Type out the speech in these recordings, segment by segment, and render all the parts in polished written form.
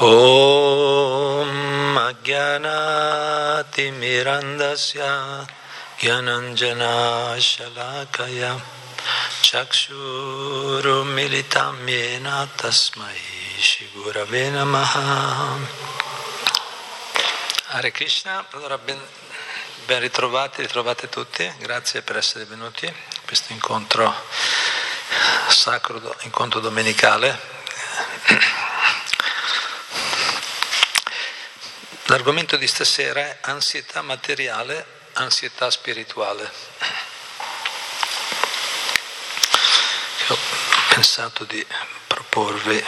Om Ajnanaatimirandasya Gyananjana Shalakaya Chakshurumilitam Yena Tasmai Shigurave Namaha. Hare Krishna. Allora ben ritrovate tutti, grazie per essere venuti a questo incontro sacro, incontro domenicale. L'argomento di stasera è ansietà materiale, ansietà spirituale. Ho pensato di proporvi.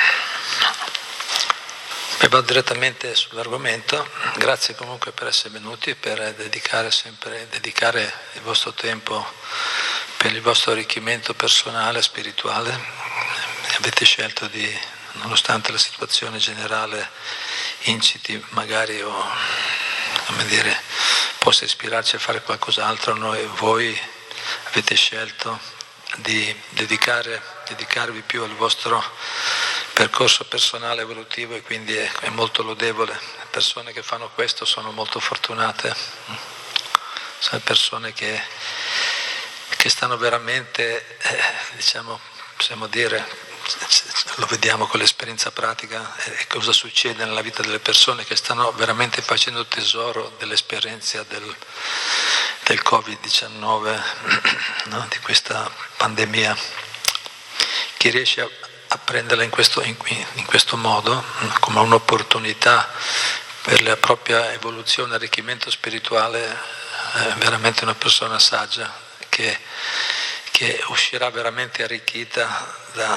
E vado direttamente sull'argomento. Grazie comunque per essere venuti, per dedicare il vostro tempo per il vostro arricchimento personale e spirituale. Avete scelto di, nonostante la situazione generale inciti magari o, come dire, possa ispirarci a fare qualcos'altro, voi avete scelto di dedicarvi più al vostro percorso personale evolutivo, e quindi è molto lodevole. Le persone che fanno questo sono molto fortunate, sono persone che stanno veramente, possiamo dire, lo vediamo con l'esperienza pratica, cosa succede nella vita delle persone che stanno veramente facendo tesoro dell'esperienza del Covid-19, no? Di questa pandemia. Chi riesce a prenderla in questo modo, come un'opportunità per la propria evoluzione e arricchimento spirituale, è veramente una persona saggia che uscirà veramente arricchita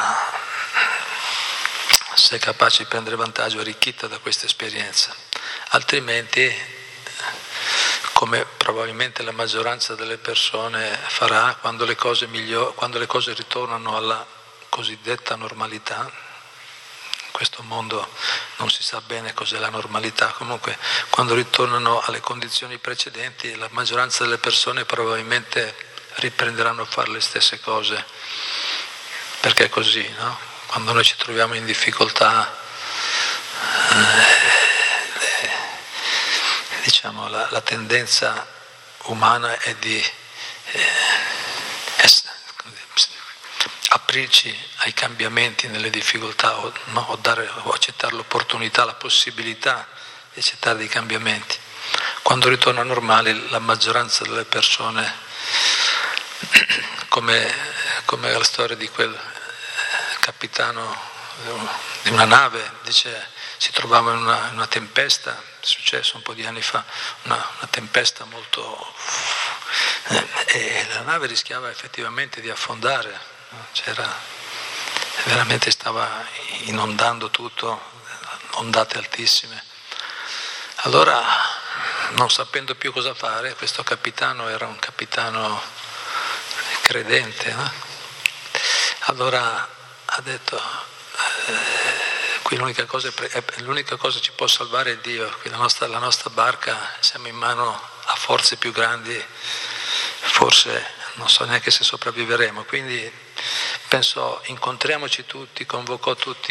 se è capace di prendere vantaggio, arricchita da questa esperienza. Altrimenti, come probabilmente la maggioranza delle persone farà, quando le cose ritornano alla cosiddetta normalità, in questo mondo non si sa bene cos'è la normalità, comunque quando ritornano alle condizioni precedenti, la maggioranza delle persone probabilmente riprenderanno a fare le stesse cose, perché è così, no? Quando noi ci troviamo in difficoltà, diciamo la tendenza umana è di aprirci ai cambiamenti nelle difficoltà, o accettare l'opportunità, la possibilità di accettare dei cambiamenti. Quando ritorna normale, la maggioranza delle persone, come la storia di quel capitano di una nave, dice, si trovava in una tempesta, è successo un po' di anni fa, una tempesta molto, e la nave rischiava effettivamente di affondare, no? Veramente stava inondando tutto, ondate altissime. Allora, non sapendo più cosa fare, questo capitano era un capitano credente, no? Allora ha detto, qui l'unica cosa che ci può salvare è Dio, qui la nostra barca, siamo in mano a forze più grandi, forse non so neanche se sopravviveremo, quindi pensò, incontriamoci tutti, convocò tutti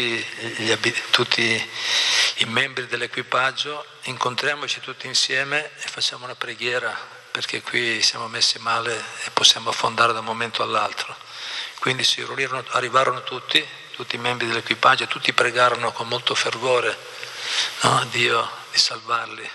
i membri dell'equipaggio, incontriamoci tutti insieme e facciamo una preghiera, perché qui siamo messi male e possiamo affondare da un momento all'altro. Quindi arrivarono tutti i membri dell'equipaggio, e tutti pregarono con molto fervore, no, a Dio di salvarli.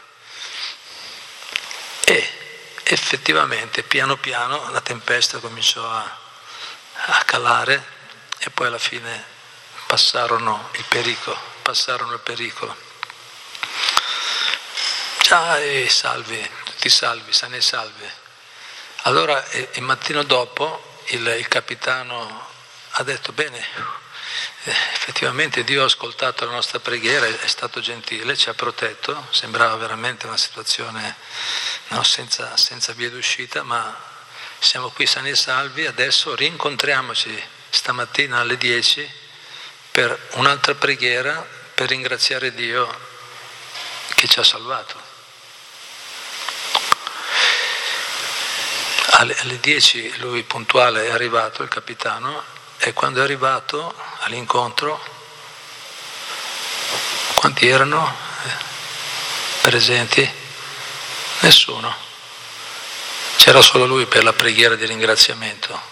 E effettivamente, piano piano, la tempesta cominciò a calare, e poi alla fine passarono il pericolo. Tutti salvi, sani e salvi. Allora, il mattino dopo, il capitano ha detto, bene, effettivamente Dio ha ascoltato la nostra preghiera, è stato gentile, ci ha protetto, sembrava veramente una situazione, no, senza via d'uscita, ma siamo qui sani e salvi, adesso rincontriamoci stamattina alle 10 per un'altra preghiera, per ringraziare Dio che ci ha salvato. Alle 10 lui puntuale è arrivato, il capitano, e quando è arrivato all'incontro, Quanti erano presenti? Nessuno. C'era solo lui per la preghiera di ringraziamento.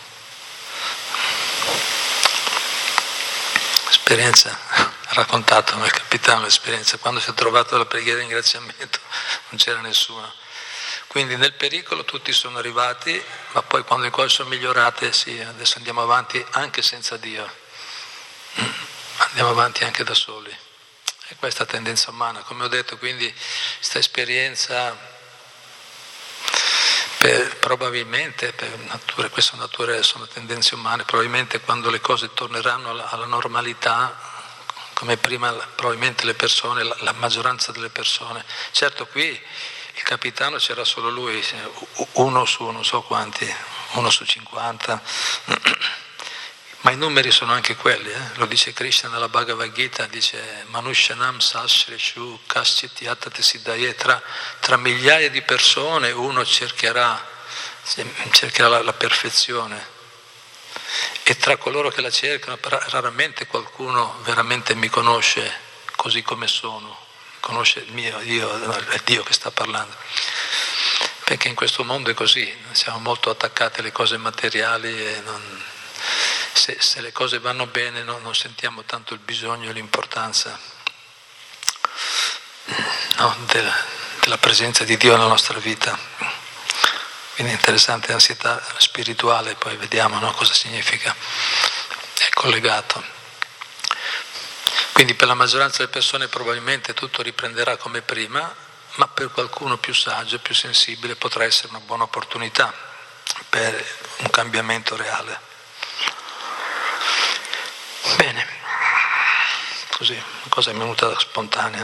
Esperienza, ha raccontato il capitano l'esperienza, quando si è trovato la preghiera di ringraziamento non c'era nessuno. Quindi nel pericolo tutti sono arrivati, ma poi quando le cose sono migliorate, sì, adesso andiamo avanti anche senza Dio, andiamo avanti anche da soli. E questa tendenza umana, come ho detto, quindi questa esperienza probabilmente, per natura, queste sono tendenze umane, probabilmente quando le cose torneranno alla normalità, come prima probabilmente le persone, la maggioranza delle persone, certo qui il capitano c'era solo lui, uno su non so quanti, 1 su 50, ma i numeri sono anche quelli, lo dice Krishna nella Bhagavad Gita, dice Manushyanam Sashreshu Kaschit Yattate Siddhaye, tra migliaia di persone uno cercherà la perfezione, e tra coloro che la cercano raramente qualcuno veramente mi conosce così come sono, conosce il mio Dio, è Dio che sta parlando, perché in questo mondo è così, siamo molto attaccati alle cose materiali e se le cose vanno bene non sentiamo tanto il bisogno e l'importanza della presenza di Dio nella nostra vita. Quindi è interessante l'ansietà spirituale, poi vediamo cosa significa, è collegato. Quindi per la maggioranza delle persone probabilmente tutto riprenderà come prima, ma per qualcuno più saggio, più sensibile potrà essere una buona opportunità per un cambiamento reale. Bene, così, una cosa è venuta spontanea.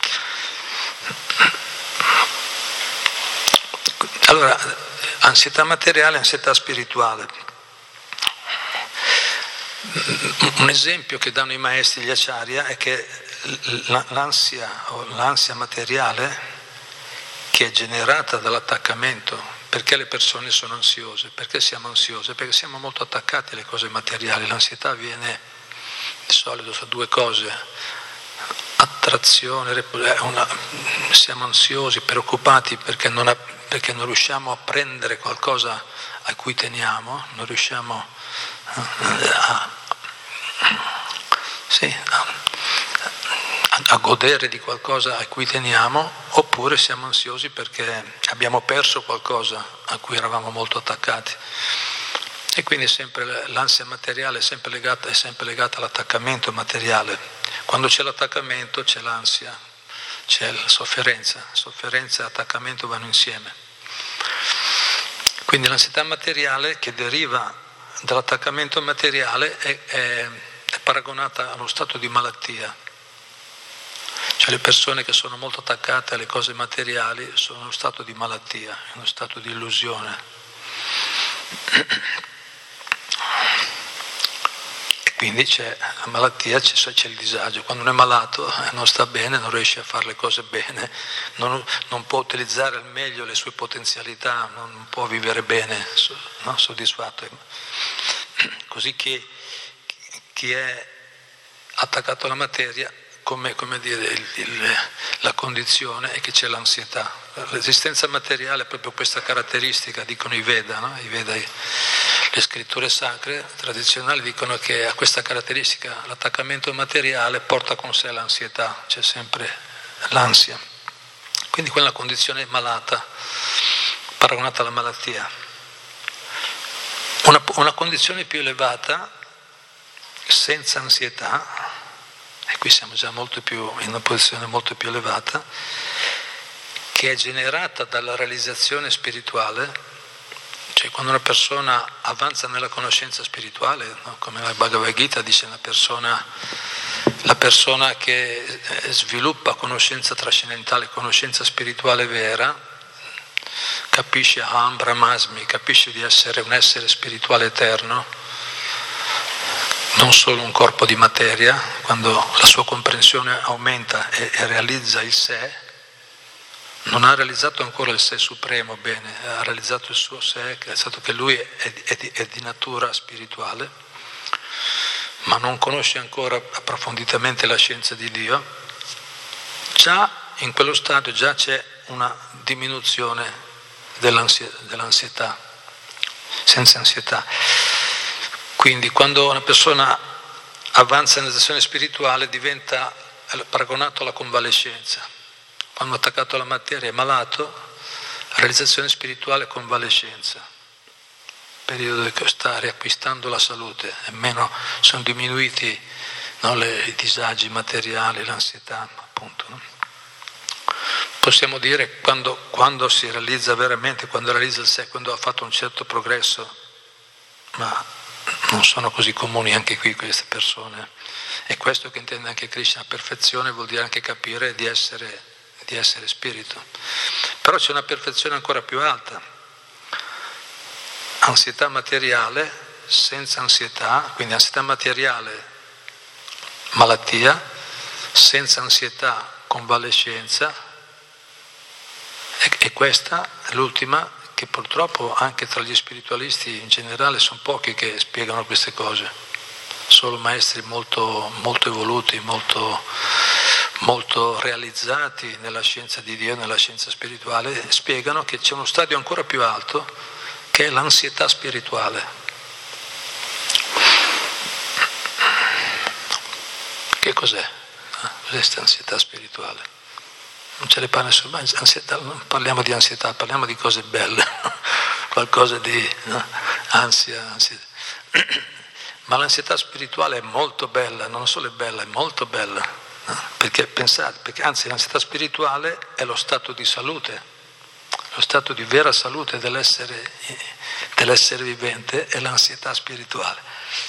Allora, ansietà materiale e ansietà spirituale. Un esempio che danno i maestri, gli acharya, è che l'ansia materiale che è generata dall'attaccamento. Perché le persone sono ansiose? Perché siamo ansiose? Perché siamo molto attaccati alle cose materiali. L'ansietà viene di solito su 2 cose: attrazione, siamo ansiosi, preoccupati perché non riusciamo a prendere qualcosa a cui teniamo, non riusciamo a godere di qualcosa a cui teniamo, oppure siamo ansiosi perché abbiamo perso qualcosa a cui eravamo molto attaccati. E quindi sempre l'ansia materiale è sempre legata all'attaccamento materiale. Quando c'è l'attaccamento c'è l'ansia, c'è la sofferenza. Sofferenza e attaccamento vanno insieme. Quindi l'ansietà materiale che deriva dall'attaccamento materiale è paragonata allo stato di malattia. Cioè le persone che sono molto attaccate alle cose materiali sono in uno stato di malattia, in uno stato di illusione. Quindi c'è la malattia, c'è il disagio. Quando uno è malato non sta bene, non riesce a fare le cose bene, non può utilizzare al meglio le sue potenzialità, non può vivere bene, soddisfatto. Così che chi è attaccato alla materia, come dire, la condizione è che c'è l'ansietà. L'esistenza materiale è proprio questa caratteristica, dicono i Veda, no? I Veda, le scritture sacre tradizionali dicono che a questa caratteristica l'attaccamento materiale porta con sé l'ansietà, c'è sempre l'ansia. Quindi quella è una condizione malata, paragonata alla malattia. Una condizione più elevata, senza ansietà, e qui siamo già in una posizione molto più elevata, che è generata dalla realizzazione spirituale. Cioè quando una persona avanza nella conoscenza spirituale, no? Come la Bhagavad Gita dice, la persona che sviluppa conoscenza trascendentale, conoscenza spirituale vera, capisce Aham Brahmasmi, capisce di essere un essere spirituale eterno, non solo un corpo di materia. Quando la sua comprensione aumenta e realizza il sé, non ha realizzato ancora il sé supremo bene, ha realizzato il suo sé, che è stato che lui è di natura spirituale, ma non conosce ancora approfonditamente la scienza di Dio. già in quello stadio già c'è una diminuzione dell'ansietà, senza ansietà. Quindi quando una persona avanza nella direzione spirituale diventa paragonato alla convalescenza. Quando è attaccato alla materia è malato, realizzazione spirituale convalescenza, periodo che sta riacquistando la salute, e meno sono diminuiti, no, i disagi materiali, l'ansietà, appunto. No? Possiamo dire quando si realizza veramente, quando realizza il sé, quando ha fatto un certo progresso, ma non sono così comuni anche qui queste persone. È questo che intende anche Krishna. Perfezione vuol dire anche capire di essere spirito. Però c'è una perfezione ancora più alta. Ansietà materiale senza ansietà, quindi ansietà materiale malattia, senza ansietà convalescenza, e questa è l'ultima, che purtroppo anche tra gli spiritualisti in generale sono pochi che spiegano queste cose, solo maestri molto, molto evoluti, molto, molto realizzati nella scienza di Dio, nella scienza spirituale, spiegano che c'è uno stadio ancora più alto che è l'ansietà spirituale. Che cos'è? Cos'è questa ansietà spirituale? Non ce ne parla nessuno, ma ansietà, non parliamo di ansietà, parliamo di cose belle, qualcosa di ansia. Ma l'ansietà spirituale è molto bella, non solo è bella, è molto bella, perché pensate, perché anzi l'ansietà spirituale è lo stato di salute, lo stato di vera salute dell'essere vivente è l'ansietà spirituale,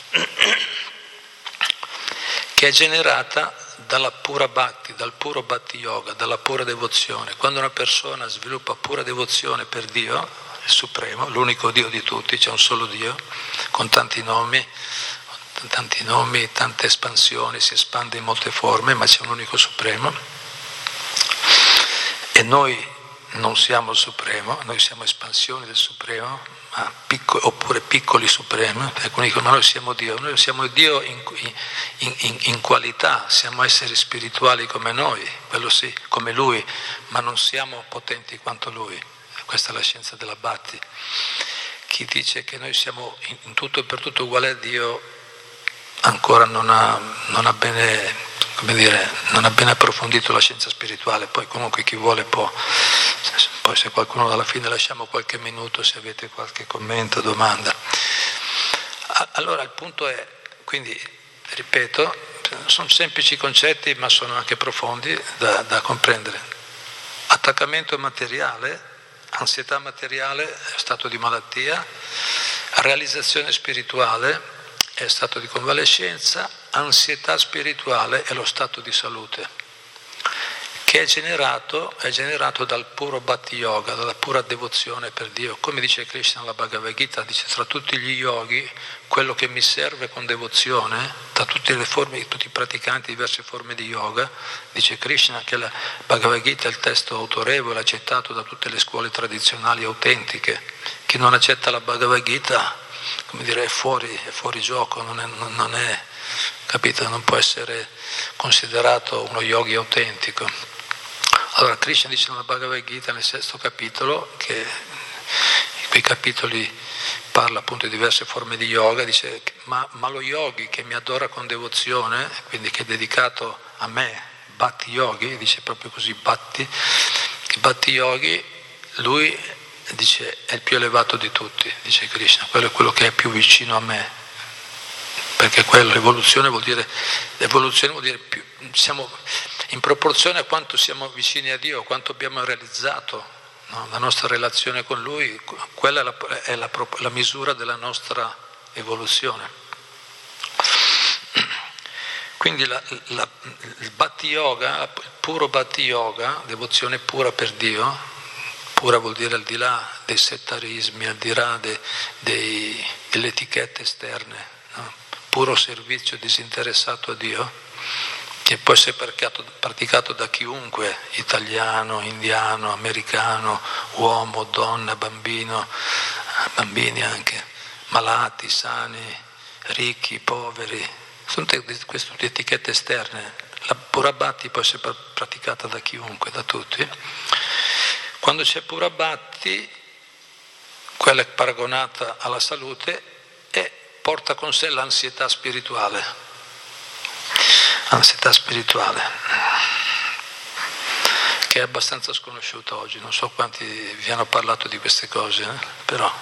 che è generata dalla pura bhakti, dal puro bhakti yoga, dalla pura devozione. Quando una persona sviluppa pura devozione per Dio, il Supremo, l'unico Dio di tutti, c'è un solo Dio, con tanti nomi, tante espansioni, si espande in molte forme, ma c'è un unico Supremo. E noi non siamo il Supremo, noi siamo espansioni del Supremo, oppure piccoli Supremi, ma noi siamo Dio in qualità, siamo esseri spirituali come noi, quello sì, come Lui, ma non siamo potenti quanto Lui. Questa è la scienza della Bhakti. Chi dice che noi siamo in tutto e per tutto uguali a Dio ancora non ha bene, come dire, non ha bene approfondito la scienza spirituale. Poi comunque chi vuole può. Poi se qualcuno alla fine lasciamo qualche minuto se avete qualche commento, domanda. Allora il punto è, quindi ripeto, sono semplici concetti ma sono anche profondi da comprendere. Attaccamento materiale, ansietà materiale è stato di malattia, realizzazione spirituale è stato di convalescenza, ansietà spirituale è lo stato di salute, che è generato dal puro bhakti yoga, dalla pura devozione per Dio. Come dice Krishna nella Bhagavad Gita, dice tra tutti gli yogi, quello che mi serve con devozione, tra tutte le forme, tutti i praticanti di diverse forme di yoga, dice Krishna che la Bhagavad Gita è il testo autorevole, accettato da tutte le scuole tradizionali autentiche. Chi non accetta la Bhagavad Gita, come dire, è fuori gioco, non è, capito? Non può essere considerato uno yogi autentico. Allora Krishna dice nella Bhagavad Gita nel 6° capitolo, che in quei capitoli parla appunto di diverse forme di yoga, dice ma lo yogi che mi adora con devozione, quindi che è dedicato a me, Bhakti Yogi, dice proprio così Bhakti, il Bhakti Yogi, lui dice è il più elevato di tutti, dice Krishna, quello è quello che è più vicino a me, perché l'evoluzione vuol dire più, siamo in proporzione a quanto siamo vicini a Dio, quanto abbiamo realizzato, no? La nostra relazione con Lui, quella è la misura della nostra evoluzione. Quindi il Bhakti Yoga, il puro Bhakti Yoga, devozione pura per Dio, pura vuol dire al di là dei settarismi, al di là delle etichette esterne, no? Puro servizio disinteressato a Dio, che può essere praticato da chiunque, italiano, indiano, americano, uomo, donna, bambino, bambini anche, malati, sani, ricchi, poveri, sono queste etichette esterne. La Purabhati può essere praticata da chiunque, da tutti. Quando c'è Purabhati, quella è paragonata alla salute e porta con sé l'ansietà spirituale. Ansietà spirituale, che è abbastanza sconosciuta oggi. Non so quanti vi hanno parlato di queste cose, però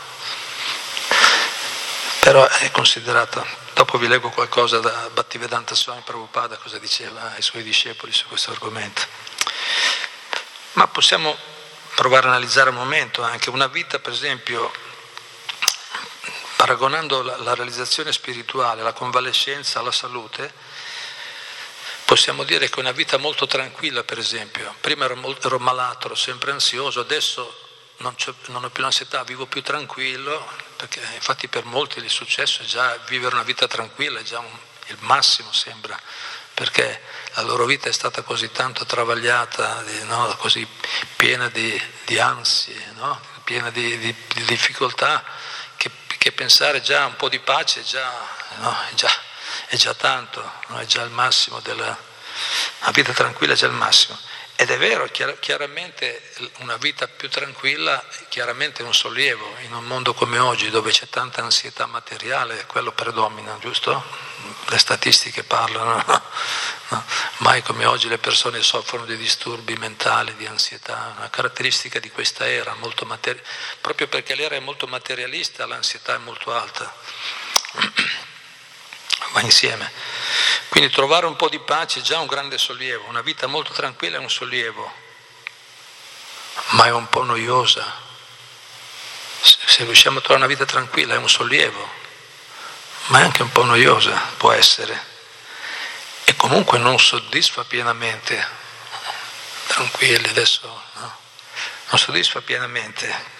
è considerata. Dopo vi leggo qualcosa da Bhaktivedanta Swami Prabhupada, cosa diceva ai suoi discepoli su questo argomento. Ma possiamo provare a analizzare un momento anche una vita, per esempio, paragonando la realizzazione spirituale, la convalescenza alla salute, possiamo dire che una vita molto tranquilla, per esempio. Prima ero malato, ero sempre ansioso, adesso non ho più l'ansietà, vivo più tranquillo, perché infatti per molti il successo è già vivere una vita tranquilla, è già il massimo sembra, perché la loro vita è stata così tanto travagliata, no? Così piena di ansie, no? Piena di difficoltà, che pensare già un po' di pace è già tanto, no? È già il massimo una vita tranquilla è già il massimo. Ed è vero, chiaramente una vita più tranquilla chiaramente è un sollievo, in un mondo come oggi dove c'è tanta ansietà materiale, quello predomina, giusto? Le statistiche parlano, no? Mai come oggi le persone soffrono di disturbi mentali, di ansietà, una caratteristica di questa era, proprio perché l'era è molto materialista, l'ansietà è molto alta, va insieme. Quindi trovare un po' di pace è già un grande sollievo, una vita molto tranquilla è un sollievo, ma è un po' noiosa. Se riusciamo a trovare una vita tranquilla è un sollievo, ma è anche un po' noiosa, può essere, e comunque non soddisfa pienamente. Tranquilli adesso, no? Non soddisfa pienamente.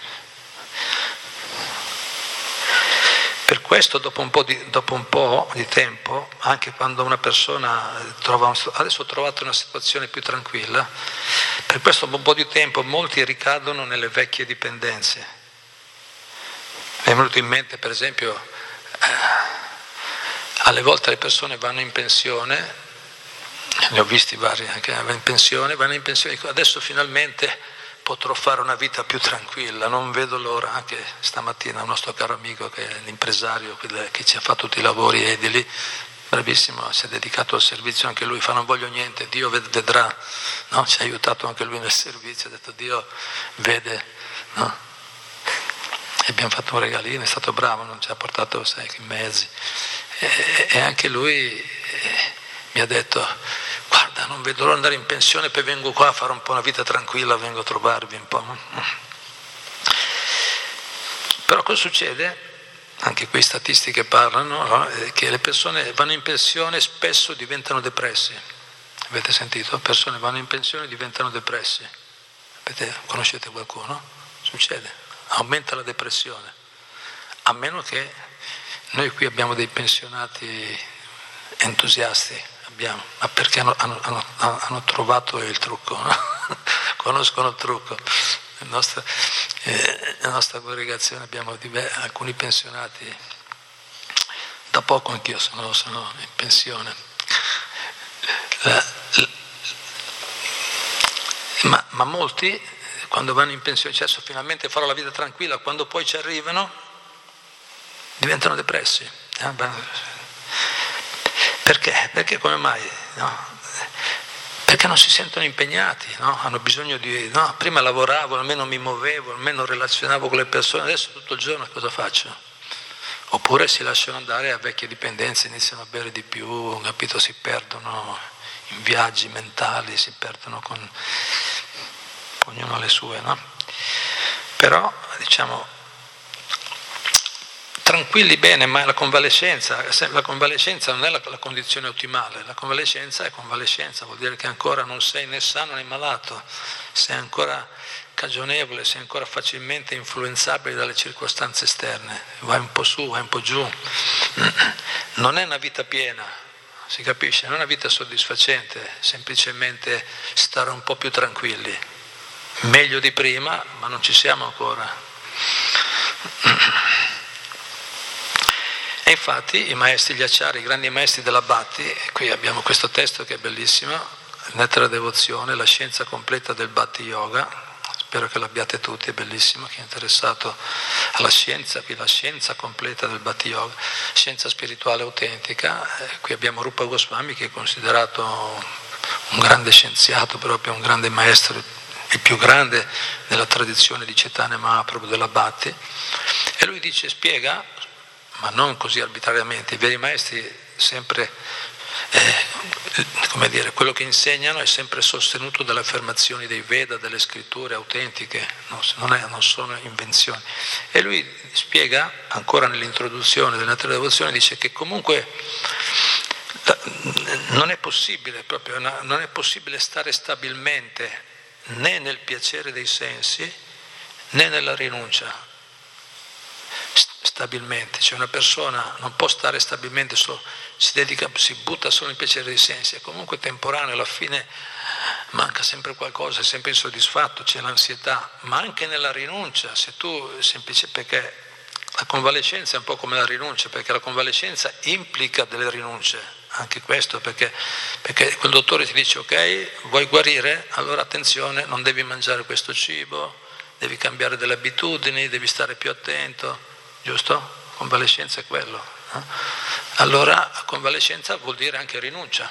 Per questo dopo un po' di tempo, anche quando una persona adesso ho trovato una situazione più tranquilla, per questo dopo un po' di tempo molti ricadono nelle vecchie dipendenze. Mi è venuto in mente, per esempio, alle volte le persone vanno in pensione, ne ho visti vari anche, vanno in pensione, dico, adesso finalmente potrò fare una vita più tranquilla, non vedo l'ora. Anche stamattina un nostro caro amico che è l'impresario che ci ha fatto tutti i lavori edili, bravissimo, si è dedicato al servizio anche lui, fa non voglio niente, Dio vedrà, no? Ci ha aiutato anche lui nel servizio, ha detto Dio vede, no? E abbiamo fatto un regalino, è stato bravo, non ci ha portato 6 mezzi e anche lui mi ha detto guarda, non vedo l'ora di andare in pensione, poi vengo qua a fare un po' una vita tranquilla, vengo a trovarvi un po'. Però cosa succede? Anche qui statistiche parlano, no? Che le persone vanno in pensione e spesso diventano depressi. Avete sentito? Persone vanno in pensione e diventano depressi. Conoscete qualcuno? Succede. Aumenta la depressione. A meno che noi qui abbiamo dei pensionati entusiasti. Ma perché hanno trovato il trucco, no? Conoscono il trucco. Nella nostra congregazione abbiamo alcuni pensionati, da poco anch'io sono in pensione. Ma molti quando vanno in pensione, cioè finalmente farò la vita tranquilla, quando poi ci arrivano diventano depressi. Perché? Perché come mai? No? Perché non si sentono impegnati, no? Hanno bisogno di... No? Prima lavoravo, almeno mi muovevo, almeno relazionavo con le persone, adesso tutto il giorno cosa faccio? Oppure si lasciano andare a vecchie dipendenze, iniziano a bere di più, capito? Si perdono in viaggi mentali, si perdono con ognuno le sue, no? Però, diciamo... tranquilli bene, ma la convalescenza non è la condizione ottimale, la convalescenza è convalescenza, vuol dire che ancora non sei né sano né malato, sei ancora cagionevole, sei ancora facilmente influenzabile dalle circostanze esterne, vai un po' su, vai un po' giù, non è una vita piena, si capisce, non è una vita soddisfacente, semplicemente stare un po' più tranquilli, meglio di prima, ma non ci siamo ancora. E infatti i maestri, gli acciari, i grandi maestri della Bhakti, qui abbiamo questo testo che è bellissimo, il Nettare Devozione, la scienza completa del Bhakti Yoga, spero che l'abbiate tutti, è bellissimo, chi è interessato alla scienza, qui la scienza completa del Bhakti Yoga, scienza spirituale autentica, qui abbiamo Rupa Goswami che è considerato un grande scienziato, proprio un grande maestro, il più grande della tradizione di Chaitanya Mahaprabhu della Bhakti, e lui dice, spiega, ma non così arbitrariamente, i veri maestri sempre, come dire, quello che insegnano è sempre sostenuto dalle affermazioni dei Veda, delle scritture autentiche, non sono invenzioni. E lui spiega, ancora nell'introduzione della devozione, dice che comunque non è possibile stare stabilmente né nel piacere dei sensi né nella rinuncia. Stabilmente, cioè una persona non può stare stabilmente, si butta solo nel piacere dei sensi, è comunque temporaneo, alla fine manca sempre qualcosa, è sempre insoddisfatto, c'è l'ansietà, ma anche nella rinuncia, se tu perché la convalescenza è un po' come la rinuncia, perché la convalescenza implica delle rinunce, anche questo, perché quel dottore ti dice ok, vuoi guarire, allora attenzione, non devi mangiare questo cibo, devi cambiare delle abitudini, devi stare più attento. Giusto? Convalescenza è quello. Allora convalescenza vuol dire anche rinuncia.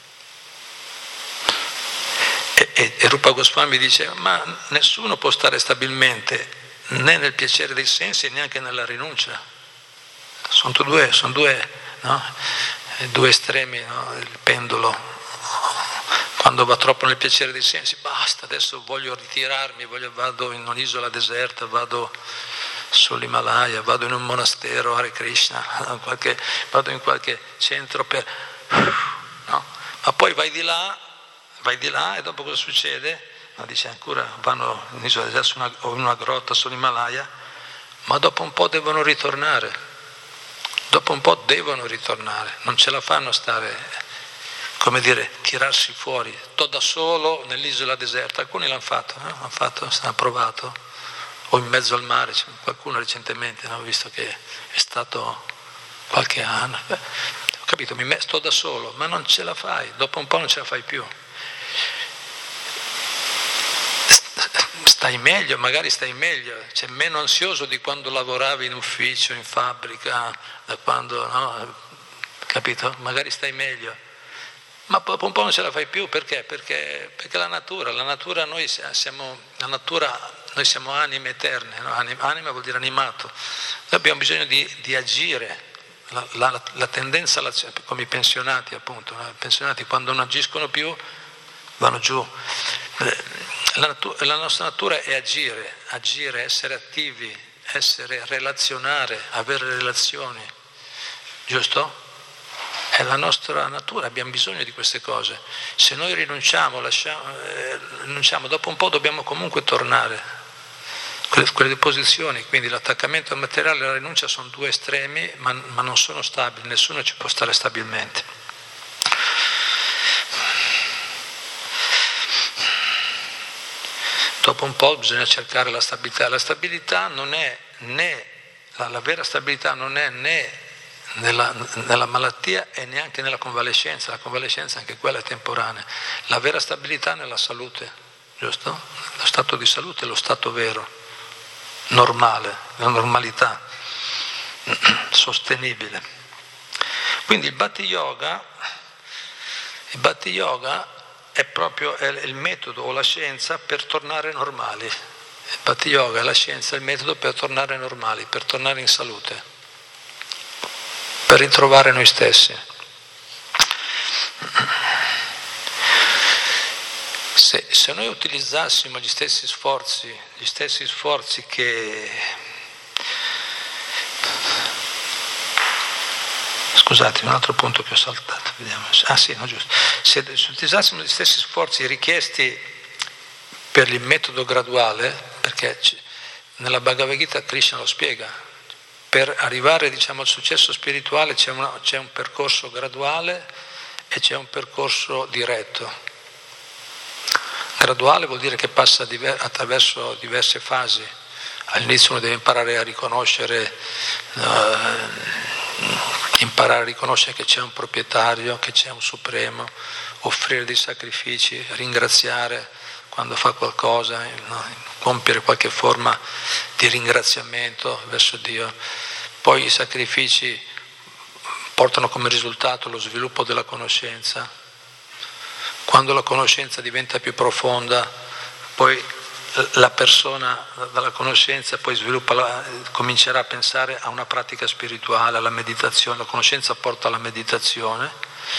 E Rupa Goswami dice, ma nessuno può stare stabilmente né nel piacere dei sensi e neanche nella rinuncia. Sono due, no? Due estremi, no? Il pendolo. Quando va troppo nel piacere dei sensi, basta, adesso voglio ritirarmi, vado in un'isola deserta, vado sull'Himalaya, vado in un monastero, Hare Krishna, vado in qualche centro no? Ma poi vai di là e dopo cosa succede? No, dice ancora vanno in un'isola deserta o in una grotta sull'Himalaya, ma dopo un po' devono ritornare, non ce la fanno stare, come dire, tirarsi fuori, da solo nell'isola deserta. Alcuni l'hanno fatto, hanno provato, o in mezzo al mare, c'è qualcuno recentemente, ho visto che è stato qualche anno, ho capito, sto da solo, ma non ce la fai, dopo un po' non ce la fai più. Magari stai meglio, cioè meno ansioso di quando lavoravi in ufficio, in fabbrica, da quando, no, capito? Magari stai meglio. Ma dopo un po' non ce la fai più, perché? Perché la natura noi siamo anime eterne, no? Anima vuol dire animato, noi abbiamo bisogno di agire, la tendenza all'azione, come i pensionati appunto, no? I pensionati quando non agiscono più vanno giù. La nostra natura è agire, essere attivi, relazionare, avere relazioni, giusto? È la nostra natura, abbiamo bisogno di queste cose. Se noi rinunciamo, dopo un po' dobbiamo comunque tornare. Quelle posizioni, quindi l'attaccamento al materiale e la rinuncia sono due estremi, ma non sono stabili, nessuno ci può stare stabilmente. Dopo un po' bisogna cercare la stabilità. La stabilità non è la vera stabilità non è né nella malattia e neanche nella convalescenza. La convalescenza anche quella è temporanea. La vera stabilità è nella salute, giusto? Lo stato di salute è lo stato vero, normale, la normalità, sostenibile. Quindi il Bhakti Yoga è proprio il metodo o la scienza per tornare normali. Il Bhakti Yoga è la scienza, il metodo per tornare normali, per tornare in salute, per ritrovare noi stessi. Se noi utilizzassimo gli stessi sforzi che... Scusate, un altro punto che ho saltato, vediamo. Giusto. Se utilizzassimo gli stessi sforzi richiesti per il metodo graduale, perché nella Bhagavad Gita Krishna lo spiega, per arrivare al successo spirituale c'è un percorso graduale e c'è un percorso diretto. Graduale vuol dire che passa attraverso diverse fasi. All'inizio uno deve imparare a riconoscere imparare a riconoscere che c'è un proprietario, che c'è un supremo, offrire dei sacrifici, ringraziare quando fa qualcosa, no? Compiere qualche forma di ringraziamento verso Dio. Poi i sacrifici portano come risultato lo sviluppo della conoscenza. Quando la conoscenza diventa più profonda, poi la persona dalla conoscenza poi comincerà a pensare a una pratica spirituale, alla meditazione. La conoscenza porta alla meditazione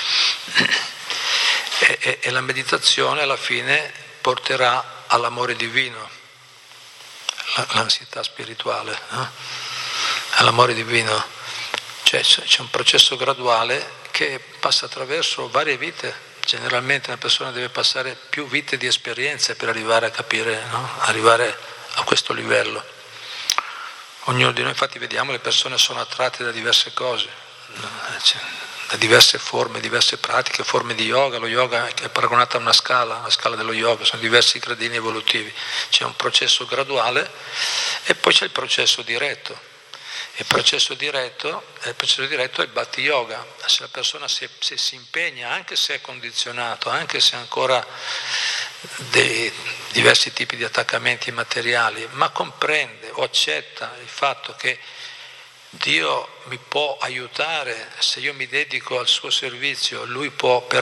e la meditazione alla fine porterà all'amore divino, l'ansietà spirituale, all'amore divino. Cioè c'è un processo graduale che passa attraverso varie vite. Generalmente una persona deve passare più vite di esperienze per arrivare a capire, no? Arrivare a questo livello. Ognuno di noi, infatti, vediamo, le persone sono attratte da diverse cose, da diverse forme, diverse pratiche, forme di yoga. Lo yoga è paragonato a una scala dello yoga, sono diversi gradini evolutivi. C'è un processo graduale e poi c'è il processo diretto. Il processo diretto è il Bhakti Yoga. Se la persona se si impegna, anche se è condizionato, anche se ha ancora dei diversi tipi di attaccamenti materiali, ma comprende o accetta il fatto che Dio mi può aiutare se io mi dedico al suo servizio, Lui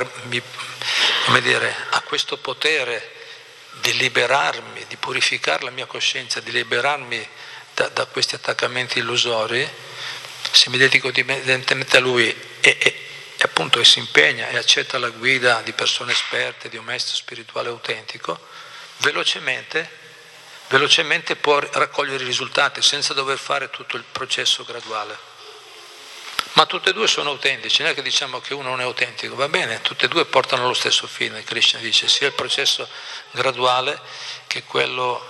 ha questo potere di liberarmi, di purificare la mia coscienza, di liberarmi da questi attaccamenti illusori. Se mi dedico evidentemente a Lui e appunto si impegna e accetta la guida di persone esperte, di un maestro spirituale autentico, velocemente può raccogliere i risultati senza dover fare tutto il processo graduale. Ma tutte e due sono autentici, non è che diciamo che uno non è autentico, va bene, tutte e due portano allo stesso fine. Krishna dice sia il processo graduale che quello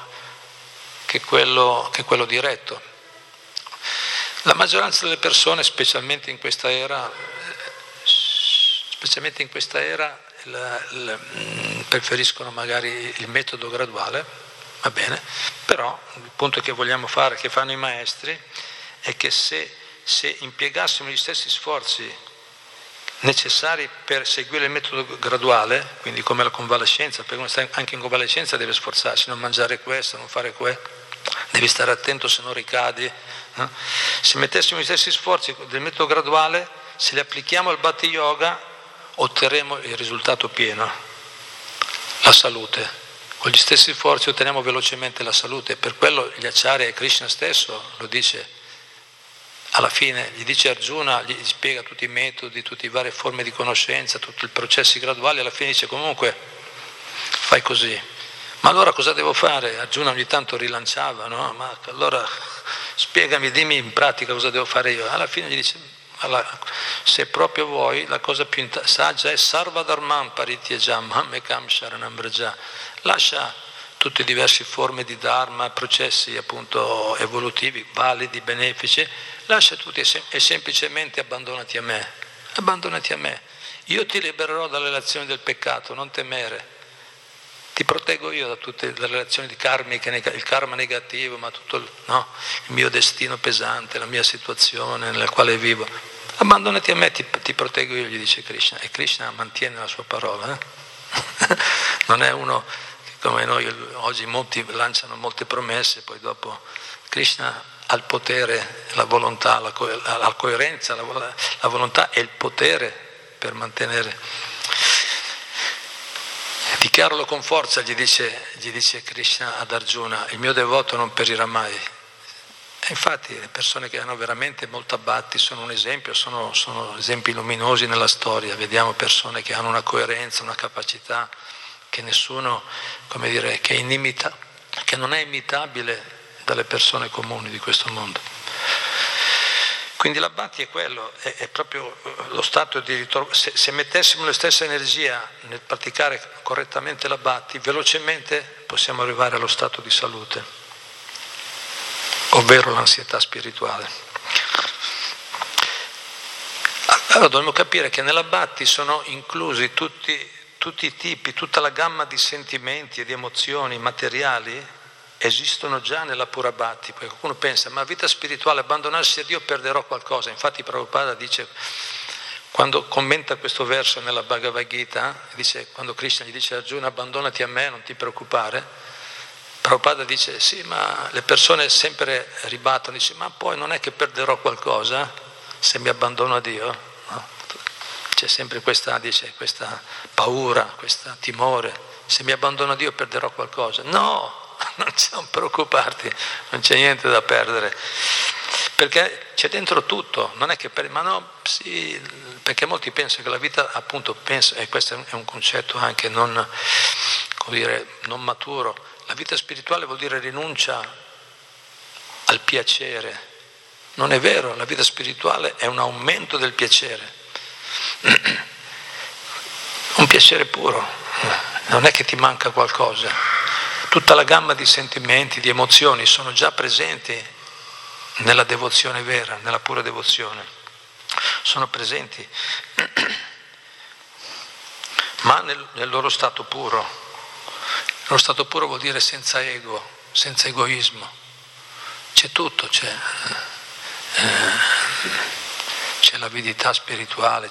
diretto. La maggioranza delle persone, specialmente in questa era, preferiscono magari il metodo graduale, va bene, però il punto che vogliamo fare, che fanno i maestri, è che se impiegassimo gli stessi sforzi necessari per seguire il metodo graduale, quindi come la convalescenza, perché uno sta anche in convalescenza deve sforzarsi, non mangiare questo, non fare questo, devi stare attento se non ricadi. Se mettessimo gli stessi sforzi del metodo graduale, se li applichiamo al Bhakti Yoga, otterremo il risultato pieno, la salute. Con gli stessi sforzi otteniamo velocemente la salute, per quello gli Acharya e Krishna stesso lo dice. Alla fine gli dice Arjuna, gli spiega tutti i metodi, tutte le varie forme di conoscenza, tutti i processi graduali, alla fine dice comunque fai così. Ma allora cosa devo fare? Arjuna ogni tanto rilanciava, no? Ma allora spiegami, dimmi in pratica cosa devo fare io. Alla fine gli dice, allora, se proprio vuoi, la cosa più saggia è Sarva Dharmam Parityajam Hammekam Sharanam Vraja. Lascia tutte le diverse forme di Dharma, processi appunto evolutivi, validi, benefici, lascia tutti e semplicemente abbandonati a me. Abbandonati a me. Io ti libererò dalle relazioni del peccato, non temere. Ti proteggo io da tutte le relazioni karmiche, il karma negativo, ma tutto il mio destino pesante, la mia situazione nella quale vivo. Abbandonati a me, ti proteggo io, gli dice Krishna. E Krishna mantiene la sua parola. Non è uno che come noi oggi molti lanciano molte promesse, poi dopo Krishna ha il potere, la volontà, la coerenza, la volontà e il potere per mantenere. Dichiaralo con forza, gli dice Krishna ad Arjuna, il mio devoto non perirà mai. E infatti le persone che hanno veramente molta bhakti sono un esempio, sono esempi luminosi nella storia. Vediamo persone che hanno una coerenza, una capacità che nessuno, che non è imitabile dalle persone comuni di questo mondo. Quindi la bhakti è quello, è proprio lo stato di ritorno. Se mettessimo la stessa energia nel praticare correttamente la bhakti, velocemente possiamo arrivare allo stato di salute, ovvero l'ansietà spirituale. Allora dobbiamo capire che nella bhakti sono inclusi tutti i tipi, tutta la gamma di sentimenti e di emozioni materiali esistono già nella Pura Bhakti. Poi qualcuno pensa, ma vita spirituale, abbandonarsi a Dio, perderò qualcosa. Infatti Prabhupada dice, quando commenta questo verso nella Bhagavad Gita, dice, quando Krishna gli dice a Arjuna abbandonati a me, non ti preoccupare, Prabhupada dice sì, ma le persone sempre ribattono, dice ma poi non è che perderò qualcosa se mi abbandono a Dio? No? C'è sempre questa paura, questo timore, se mi abbandono a Dio perderò qualcosa. No, non preoccuparti, non c'è niente da perdere, perché c'è dentro tutto, non è che ma no, sì, perché molti pensano che la vita, appunto, e questo è un concetto anche non, come dire, non maturo, la vita spirituale vuol dire rinuncia al piacere. Non è vero, la vita spirituale è un aumento del piacere, un piacere puro, non è che ti manca qualcosa. Tutta la gamma di sentimenti, di emozioni sono già presenti nella devozione vera, nella pura devozione. Sono presenti, ma nel loro stato puro. Lo stato puro vuol dire senza ego, senza egoismo. C'è tutto, c'è l'avidità spirituale,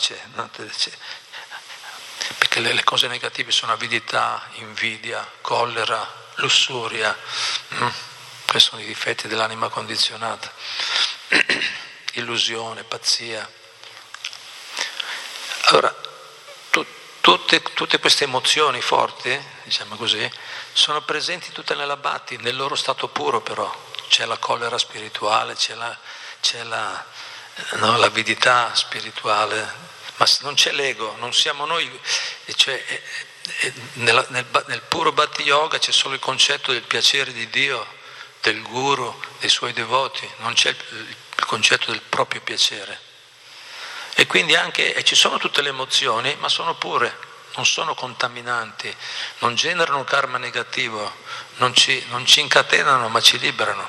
perché le cose negative sono avidità, invidia, collera, lussuria. Questi sono i difetti dell'anima condizionata. Illusione, pazzia. Allora, tutte queste emozioni forti, diciamo così, sono presenti tutte nella Bhakti, nel loro stato puro però. C'è la collera spirituale, c'è l'avidità spirituale, ma non c'è l'ego, non siamo noi, cioè, nel puro Bhakti Yoga c'è solo il concetto del piacere di Dio, del Guru, dei suoi devoti, non c'è il concetto del proprio piacere. E quindi anche ci sono tutte le emozioni, ma sono pure, non sono contaminanti, non generano karma negativo, non ci incatenano, ma ci liberano.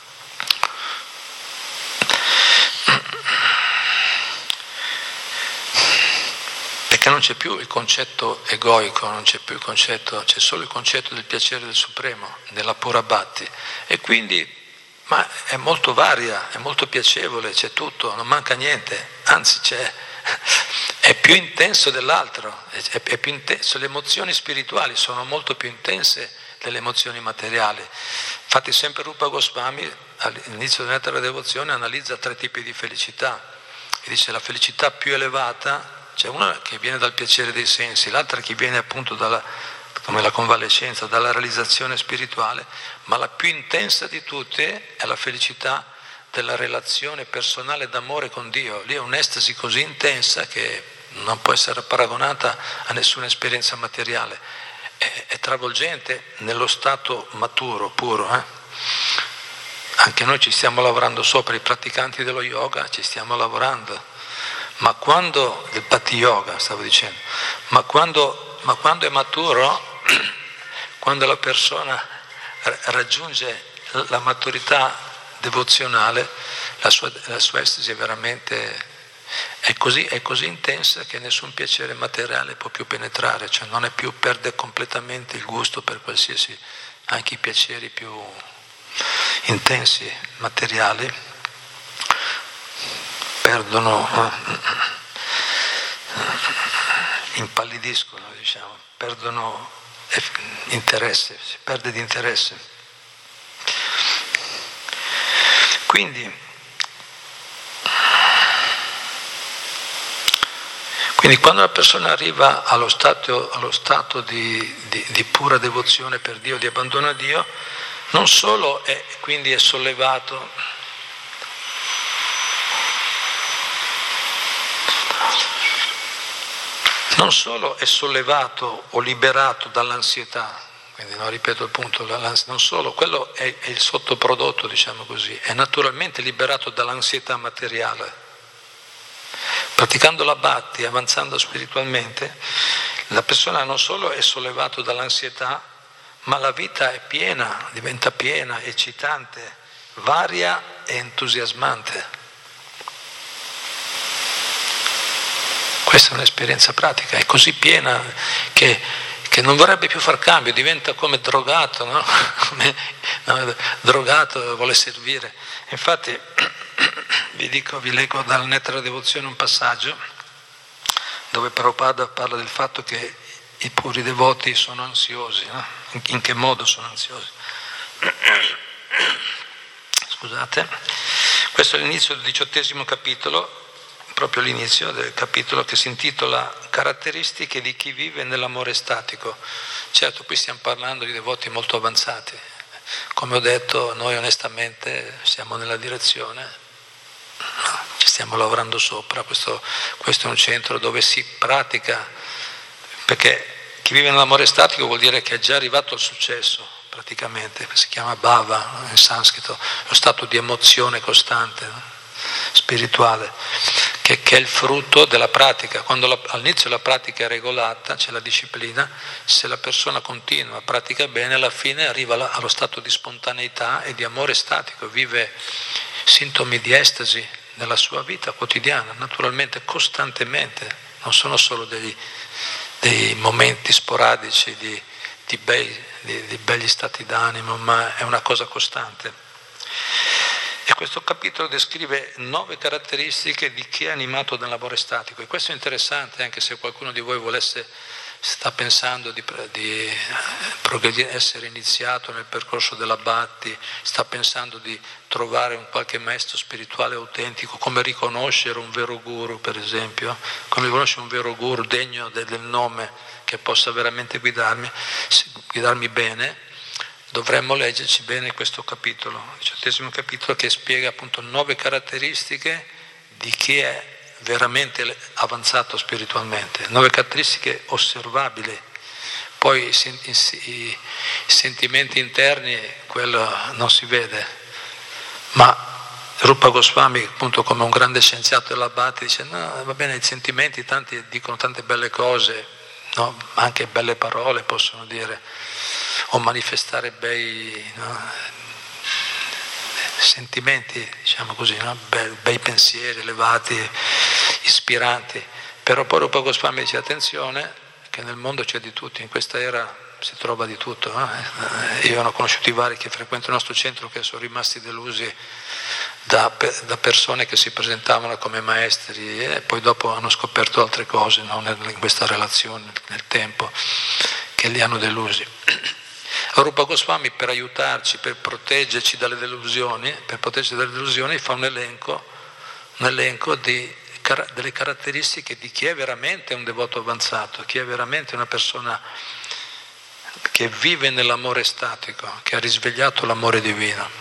Perché non c'è più il concetto egoico, non c'è più il concetto, c'è solo il concetto del piacere del Supremo, della Pura Bhakti. E quindi, ma è molto varia, è molto piacevole, c'è tutto, non manca niente, anzi è più intenso dell'altro, è più intenso, le emozioni spirituali sono molto più intense delle emozioni materiali. Infatti sempre Rupa Goswami all'inizio della terza devozione analizza 3 tipi di felicità e dice la felicità più elevata, c'è una che viene dal piacere dei sensi, l'altra che viene appunto come la convalescenza, dalla realizzazione spirituale, ma la più intensa di tutte è la felicità della relazione personale d'amore con Dio. Lì è un'estasi così intensa che non può essere paragonata a nessuna esperienza materiale, è travolgente nello stato maturo, puro. Anche noi ci stiamo lavorando sopra, i praticanti dello yoga ci stiamo lavorando, ma quando, del Bhakti Yoga stavo dicendo, ma quando è maturo, quando la persona raggiunge la maturità devozionale, la sua estasi è veramente è così intensa che nessun piacere materiale può più penetrare, cioè non è più, perde completamente il gusto per qualsiasi, anche i piaceri più intensi materiali perdono, impallidiscono, diciamo, perdono interesse, si perde di interesse. Quindi quando una persona arriva allo stato di pura devozione per Dio, di abbandono a Dio, non solo quindi è sollevato, non solo è sollevato o liberato dall'ansietà, quindi non ripeto il punto, non solo, quello è il sottoprodotto, diciamo così, è naturalmente liberato dall'ansietà materiale. Praticando la Bhakti, avanzando spiritualmente, la persona non solo è sollevato dall'ansietà, ma la vita è piena, diventa piena, eccitante, varia e entusiasmante. Questa è un'esperienza pratica, è così piena che che non vorrebbe più far cambio, diventa come drogato, no? Drogato, vuole servire. Infatti vi leggo dal Nettare Devozione un passaggio dove Prabhupada parla del fatto che i puri devoti sono ansiosi, no? In che modo sono ansiosi? Scusate, questo è l'inizio del 18° capitolo, proprio l'inizio del capitolo che si intitola Caratteristiche di chi vive nell'amore statico. Certo, qui stiamo parlando di devoti molto avanzati. Come ho detto, noi onestamente siamo nella direzione, ci stiamo lavorando sopra, questo è un centro dove si pratica, perché chi vive nell'amore statico vuol dire che è già arrivato al successo, praticamente, si chiama bhava in sanscrito, lo stato di emozione costante, no? Spirituale, che è il frutto della pratica. Quando all'inizio la pratica è regolata, c'è la disciplina, se la persona continua, pratica bene, alla fine arriva allo stato di spontaneità e di amore statico, vive sintomi di estasi nella sua vita quotidiana, naturalmente, costantemente, non sono solo dei momenti sporadici di begli stati d'animo, ma è una cosa costante. E questo capitolo descrive 9 caratteristiche di chi è animato dall'amore statico, e questo è interessante, anche se qualcuno di voi sta pensando di essere iniziato nel percorso della Bhakti, sta pensando di trovare un qualche maestro spirituale autentico, come riconoscere un vero guru, per esempio, come riconoscere un vero guru degno del nome, che possa veramente guidarmi bene. Dovremmo leggerci bene questo capitolo, il 18° capitolo, che spiega appunto 9 caratteristiche di chi è veramente avanzato spiritualmente, 9 caratteristiche osservabili. Poi i sentimenti interni, quello non si vede, ma Rupa Goswami, appunto, come un grande scienziato della Bhakti, dice no, va bene, i sentimenti tanti dicono tante belle cose, no? Anche belle parole possono dire, o manifestare bei sentimenti, diciamo così, no? bei pensieri elevati, ispiranti. Però poi Rupa Goswami dice attenzione, che nel mondo c'è di tutto, in questa era si trova di tutto. Io ho conosciuto i vari che frequentano il nostro centro che sono rimasti delusi da persone che si presentavano come maestri e poi dopo hanno scoperto altre cose, no? In questa relazione, nel tempo, che li hanno delusi. Rupa Goswami, per aiutarci, per proteggerci dalle delusioni, fa un elenco delle caratteristiche di chi è veramente un devoto avanzato, chi è veramente una persona che vive nell'amore statico, che ha risvegliato l'amore divino.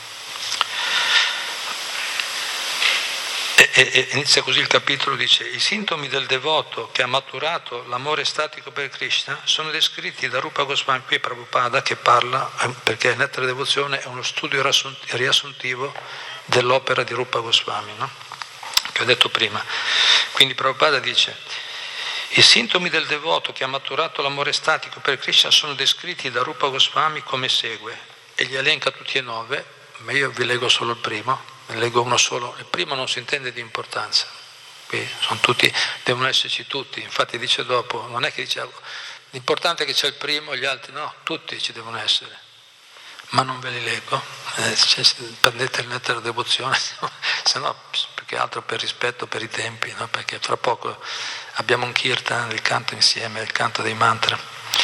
E inizia così il capitolo, dice: i sintomi del devoto che ha maturato l'amore statico per Krishna sono descritti da Rupa Goswami. Qui Prabhupada che parla, perché il Nettare Devozione è uno studio riassuntivo dell'opera di Rupa Goswami, no? Che ho detto prima. Quindi Prabhupada dice: i sintomi del devoto che ha maturato l'amore statico per Krishna sono descritti da Rupa Goswami come segue, e li elenca tutti e 9, ma io vi leggo solo il primo. Leggo uno solo, il primo non si intende di importanza, qui sono tutti, devono esserci tutti, infatti dice dopo, non è che dice l'importante è che c'è il primo, gli altri no, tutti ci devono essere, ma non ve li leggo, prendete il Nettare Devozione, se no più che altro per rispetto per i tempi, no? Perché fra poco abbiamo un kirtan, il canto insieme, il canto dei mantra,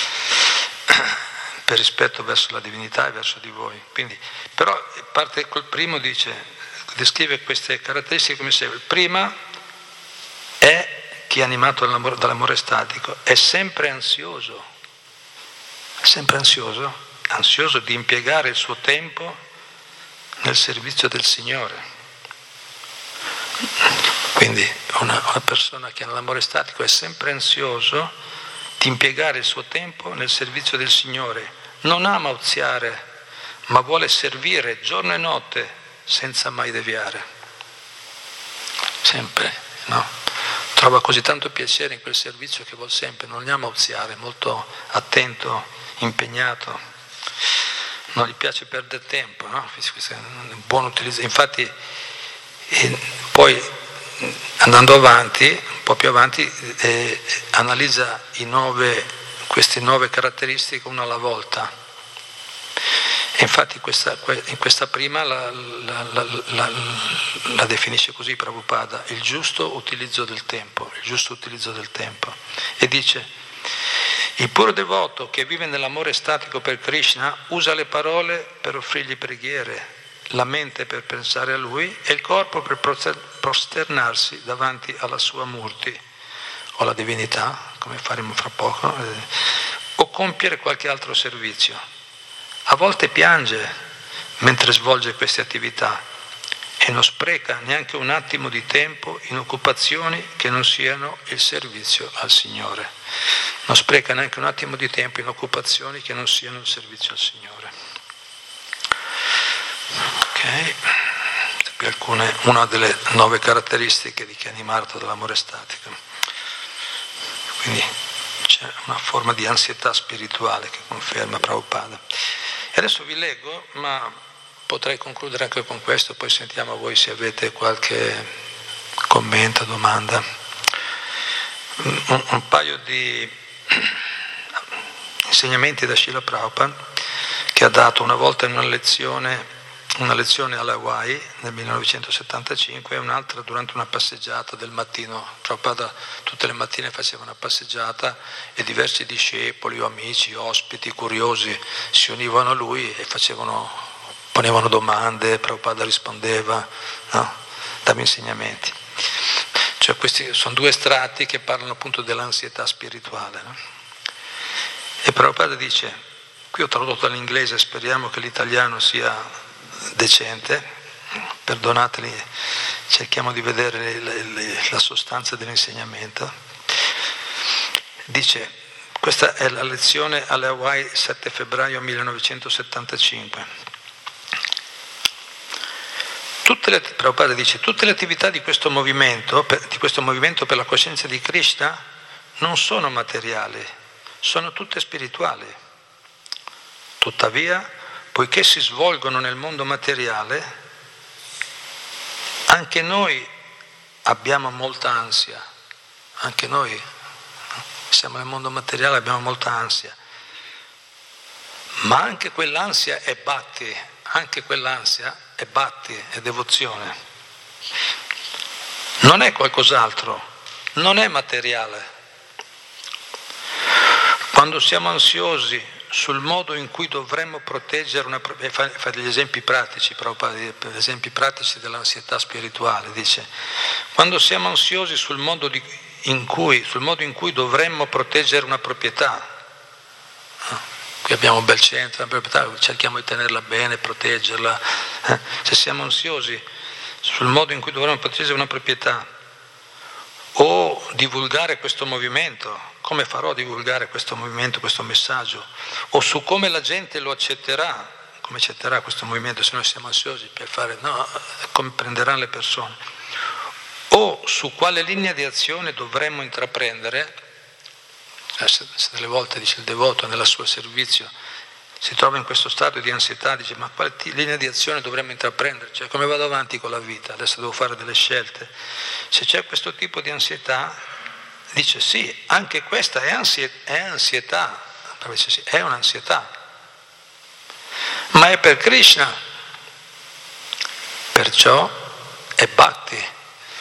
per rispetto verso la divinità e verso di voi. Quindi, però parte col primo, descrive queste caratteristiche come segue. Prima è chi è animato dall'amore statico, è sempre ansioso di impiegare il suo tempo nel servizio del Signore. Quindi una persona che ha l'amore statico è sempre ansioso di impiegare il suo tempo nel servizio del Signore, non ama oziare, ma vuole servire giorno e notte senza mai deviare, sempre, no? Trova così tanto piacere in quel servizio che vuol sempre, non gli ama oziare, molto attento, impegnato, non gli piace perdere tempo, no? Questo è un buon utilizzo. Infatti poi andando avanti, un po' più avanti, analizza i 9 queste 9 caratteristiche una alla volta. E infatti in questa prima la definisce così Prabhupada, il giusto utilizzo del tempo, E dice: il puro devoto che vive nell'amore estatico per Krishna usa le parole per offrirgli preghiere, la mente per pensare a lui e il corpo per prosternarsi davanti alla sua murti o alla divinità, come faremo fra poco, o compiere qualche altro servizio. A volte piange mentre svolge queste attività e non spreca neanche un attimo di tempo in occupazioni che non siano il servizio al Signore. Non spreca neanche un attimo di tempo in occupazioni che non siano il servizio al Signore. Ok, una delle 9 caratteristiche di chi è animato dall'amore estatico. Quindi c'è una forma di ansietà spirituale che conferma Prabhupada. E adesso vi leggo, ma potrei concludere anche con questo, poi sentiamo voi se avete qualche commento, domanda. Un paio di insegnamenti da Srila Prabhupada che ha dato una volta in una lezione alle Hawaii nel 1975 e un'altra durante una passeggiata del mattino. Prabhupada tutte le mattine faceva una passeggiata e diversi discepoli o amici, ospiti, curiosi si univano a lui e ponevano domande, Prabhupada rispondeva, no? Dava insegnamenti. Cioè questi sono 2 estratti che parlano appunto dell'ansietà spirituale, no? E Prabhupada dice, qui ho tradotto all'inglese, speriamo che l'italiano sia decente, perdonateli, cerchiamo di vedere la sostanza dell'insegnamento. Dice, questa è la lezione alle Hawaii 7 febbraio 1975. Prabhupada dice, tutte le attività di questo movimento per la coscienza di Krishna non sono materiali, sono tutte spirituali. Tuttavia, poiché si svolgono nel mondo materiale, anche noi abbiamo molta ansia, anche noi siamo nel mondo materiale, abbiamo molta ansia, ma anche quell'ansia è bhakti, è devozione, non è qualcos'altro, non è materiale. Quando siamo ansiosi sul modo in cui dovremmo proteggere fa degli esempi pratici, esempi pratici dell'ansietà spirituale, dice, quando siamo ansiosi sul modo in cui dovremmo proteggere una proprietà, qui abbiamo un bel centro, una proprietà, cerchiamo di tenerla bene, proteggerla, se siamo ansiosi sul modo in cui dovremmo proteggere una proprietà o divulgare questo movimento, come farò a divulgare questo movimento, questo messaggio, o su come la gente lo accetterà, come accetterà questo movimento se noi siamo ansiosi per fare, no, come prenderanno le persone, o su quale linea di azione dovremmo intraprendere, se delle volte dice il devoto nel suo servizio si trova in questo stato di ansietà, dice ma quale linea di azione dovremmo intraprendere, cioè come vado avanti con la vita, adesso devo fare delle scelte. Se c'è questo tipo di ansietà, dice sì, anche questa è ansietà, dice, sì, è un'ansietà, ma è per Krishna, perciò è bhakti.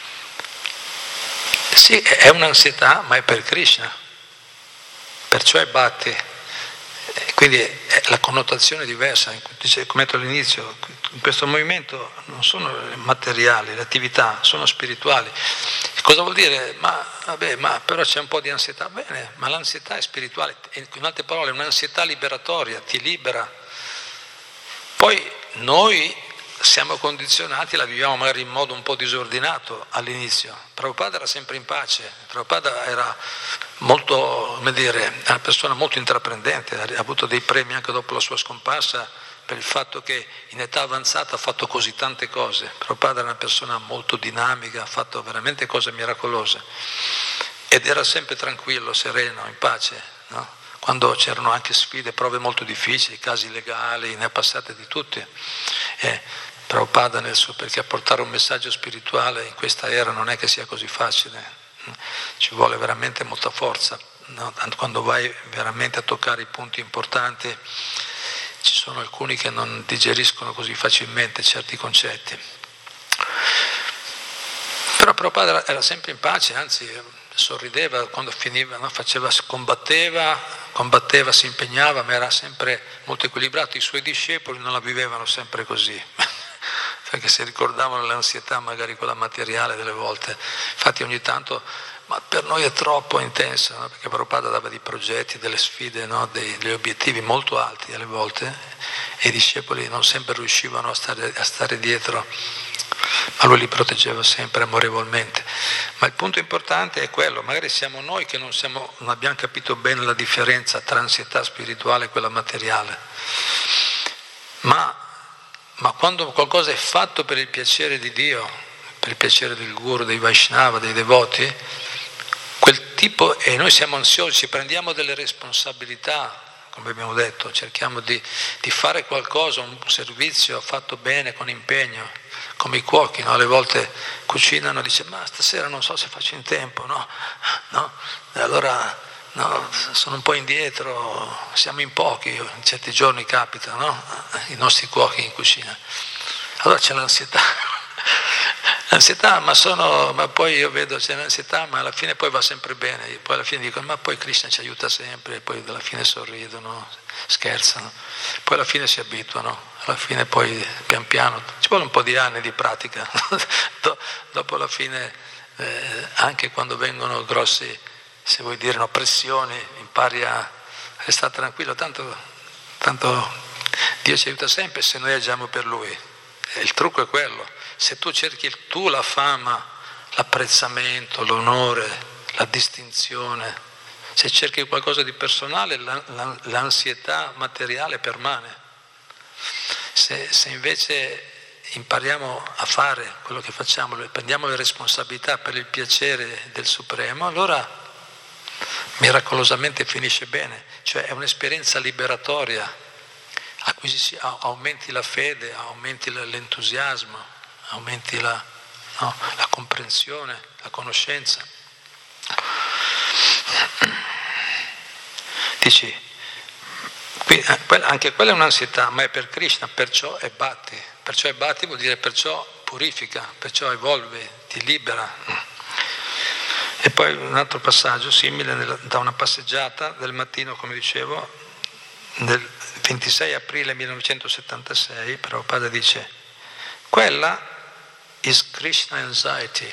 Sì, è un'ansietà, ma è per Krishna, perciò è bhakti. Quindi la connotazione è diversa, dice, come detto all'inizio, in questo movimento non sono materiali, le attività sono spirituali. Cosa vuol dire? Ma però c'è un po' di ansietà, bene, ma l'ansietà è spirituale, in altre parole è un'ansietà liberatoria, ti libera. Poi noi siamo condizionati, la viviamo magari in modo un po' disordinato all'inizio. Prabhupada era sempre in pace, Prabhupada era molto, come dire, una persona molto intraprendente, ha avuto dei premi anche dopo la sua scomparsa per il fatto che in età avanzata ha fatto così tante cose. Prabhupada era una persona molto dinamica, ha fatto veramente cose miracolose ed era sempre tranquillo, sereno, in pace, no? Quando c'erano anche sfide, prove molto difficili, casi legali, ne ha passate di tutti. Prabhupada perché portare un messaggio spirituale in questa era non è che sia così facile, ci vuole veramente molta forza, no? Quando vai veramente a toccare i punti importanti, ci sono alcuni che non digeriscono così facilmente certi concetti. Però Prabhupada era sempre in pace, anzi sorrideva quando finiva, no? combatteva, si impegnava, ma era sempre molto equilibrato. I suoi discepoli non la vivevano sempre così, perché si ricordavano l'ansietà magari quella materiale delle volte. Infatti ogni tanto, ma per noi è troppo intensa, no? Perché Prabhupada dava dei progetti, delle sfide, no? Degli obiettivi molto alti alle volte, e i discepoli non sempre riuscivano a stare dietro, ma lui li proteggeva sempre amorevolmente. Ma il punto importante è quello, magari siamo noi che non abbiamo capito bene la differenza tra ansietà spirituale e quella materiale, ma quando qualcosa è fatto per il piacere di Dio, per il piacere del Guru, dei Vaishnava, dei devoti, quel tipo, e noi siamo ansiosi, ci prendiamo delle responsabilità, come abbiamo detto, cerchiamo di fare qualcosa, un servizio fatto bene, con impegno, come i cuochi, no? Alle volte cucinano e dice ma stasera non so se faccio in tempo, no? E allora no, sono un po' indietro, siamo in pochi, in certi giorni capita, no? I nostri cuochi in cucina. Allora c'è l'ansietà, ma poi io vedo c'è l'ansietà, ma alla fine poi va sempre bene, poi alla fine dicono ma poi Krishna ci aiuta sempre, poi alla fine sorridono, scherzano, poi alla fine si abituano, alla fine poi pian piano, ci vuole un po' di anni di pratica, dopo alla fine anche quando vengono grossi, se vuoi dire, no, pressioni, impari a restare tranquillo, tanto Dio ci aiuta sempre se noi agiamo per Lui. E il trucco è quello, se tu cerchi la fama, l'apprezzamento, l'onore, la distinzione, se cerchi qualcosa di personale, l'ansietà materiale permane. Se invece impariamo a fare quello che facciamo, prendiamo le responsabilità per il piacere del Supremo, allora miracolosamente finisce bene, cioè è un'esperienza liberatoria, aumenti la fede, aumenti l'entusiasmo, aumenti la comprensione, la conoscenza. Dici, anche quella è un'ansietà, ma è per Krishna, perciò è bhakti. Perciò è bhakti vuol dire perciò purifica, perciò evolve, ti libera. E poi un altro passaggio simile da una passeggiata del mattino, come dicevo, del 26 aprile 1976, Prabhupada dice, quella is Krishna anxiety,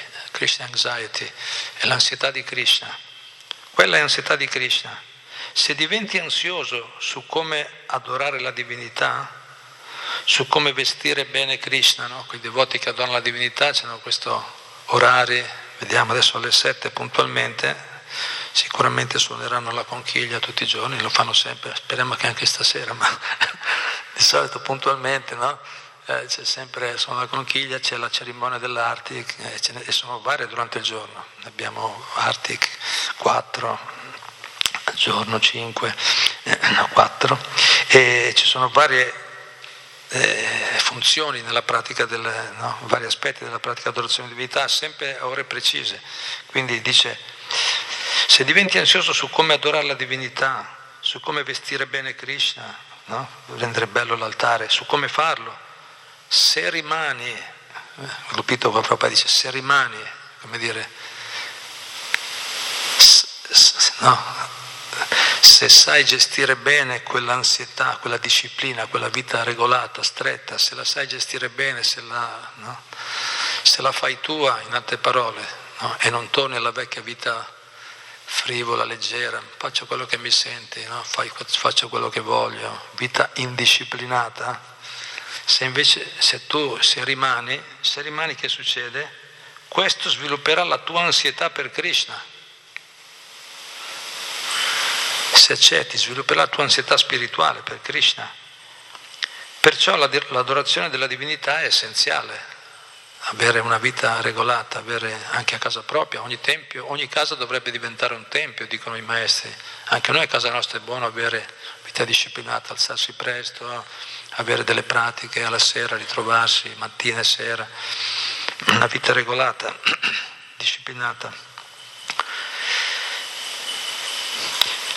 è l'ansietà di Krishna. Quella è ansietà di Krishna. Se diventi ansioso su come adorare la divinità, su come vestire bene Krishna, no? Quei devoti che adorano la divinità hanno questo orario, vediamo adesso alle 7 puntualmente, sicuramente suoneranno la conchiglia tutti i giorni, lo fanno sempre, speriamo che anche stasera, ma di solito puntualmente, no? C'è sempre suona la conchiglia, c'è la cerimonia dell'arti e sono varie durante il giorno, abbiamo arti 4 al giorno, 5, 4 e ci sono varie funzioni nella pratica vari aspetti della pratica dell'adorazione di divinità, sempre a ore precise. Quindi dice, se diventi ansioso su come adorare la divinità, su come vestire bene Krishna, no? Rendere bello l'altare, su come farlo, se rimani, Lupito Prabhupada dice, se rimani, come dire, se sai gestire bene quell'ansietà, quella disciplina, quella vita regolata, stretta, se la sai gestire bene, se la fai tua, in altre parole, no? E non torni alla vecchia vita frivola, leggera, faccio quello che mi senti, no? Faccio quello che voglio, vita indisciplinata. Se rimani, che succede? Questo svilupperà la tua ansietà per Krishna. Se accetti, svilupperà la tua ansietà spirituale per Krishna. Perciò l'adorazione della divinità è essenziale. Avere una vita regolata, avere anche a casa propria, ogni casa dovrebbe diventare un tempio, dicono i maestri. Anche noi a casa nostra è buono avere vita disciplinata, alzarsi presto, avere delle pratiche alla sera, ritrovarsi mattina e sera, una vita regolata, disciplinata.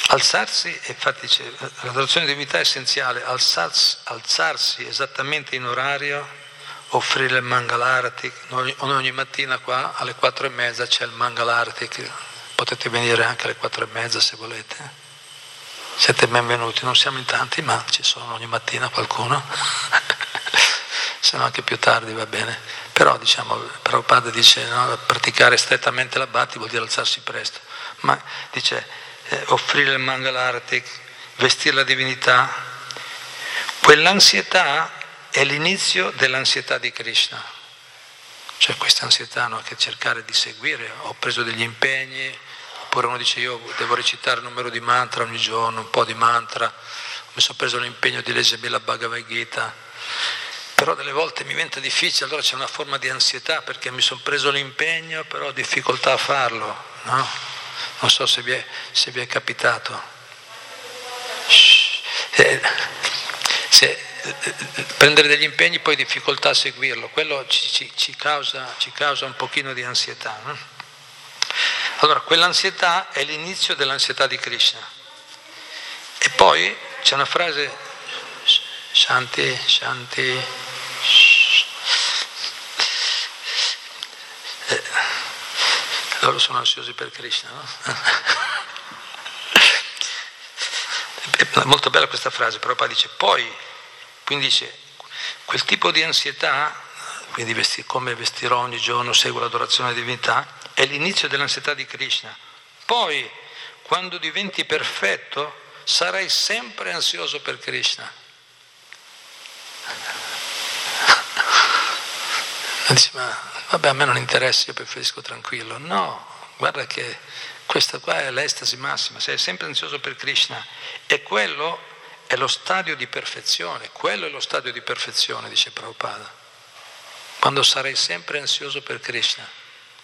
Alzarsi, infatti dice, l'adorazione di divinità è essenziale, alzarsi esattamente in orario, offrire il Mangalarati, ogni mattina qua alle 4:30 c'è il Mangalarati, potete venire anche alle 4:30 se volete. Siete benvenuti, non siamo in tanti, ma ci sono ogni mattina qualcuno, se no anche più tardi va bene. Però diciamo, Prabhupada dice, no, praticare strettamente la bhakti vuol dire alzarsi presto, ma dice offrire il Mangalarati, vestire la divinità, quell'ansietà è l'inizio dell'ansietà di Krishna, cioè questa ansietà, no, che cercare di seguire, ho preso degli impegni. Oppure uno dice io devo recitare un numero di mantra ogni giorno, un po' di mantra, mi sono preso l'impegno di leggermi la Bhagavad Gita, però delle volte mi diventa difficile, allora c'è una forma di ansietà perché mi sono preso l'impegno, però ho difficoltà a farlo, no? Non so se vi è capitato. Prendere degli impegni poi difficoltà a seguirlo, quello ci causa un pochino di ansietà, no? Allora, quell'ansietà è l'inizio dell'ansietà di Krishna. E poi c'è una frase, Shanti, Shanti, loro sono ansiosi per Krishna, no? È molto bella questa frase, però poi dice, quindi dice, quel tipo di ansietà, quindi come vestirò ogni giorno, seguo l'adorazione alla divinità, è l'inizio dell'ansietà di Krishna. Poi, quando diventi perfetto, sarai sempre ansioso per Krishna. Dice, ma vabbè, a me non interessa, io preferisco tranquillo. No, guarda che questa qua è l'estasi massima, sei sempre ansioso per Krishna. E quello è lo stadio di perfezione, dice Prabhupada. Quando sarai sempre ansioso per Krishna.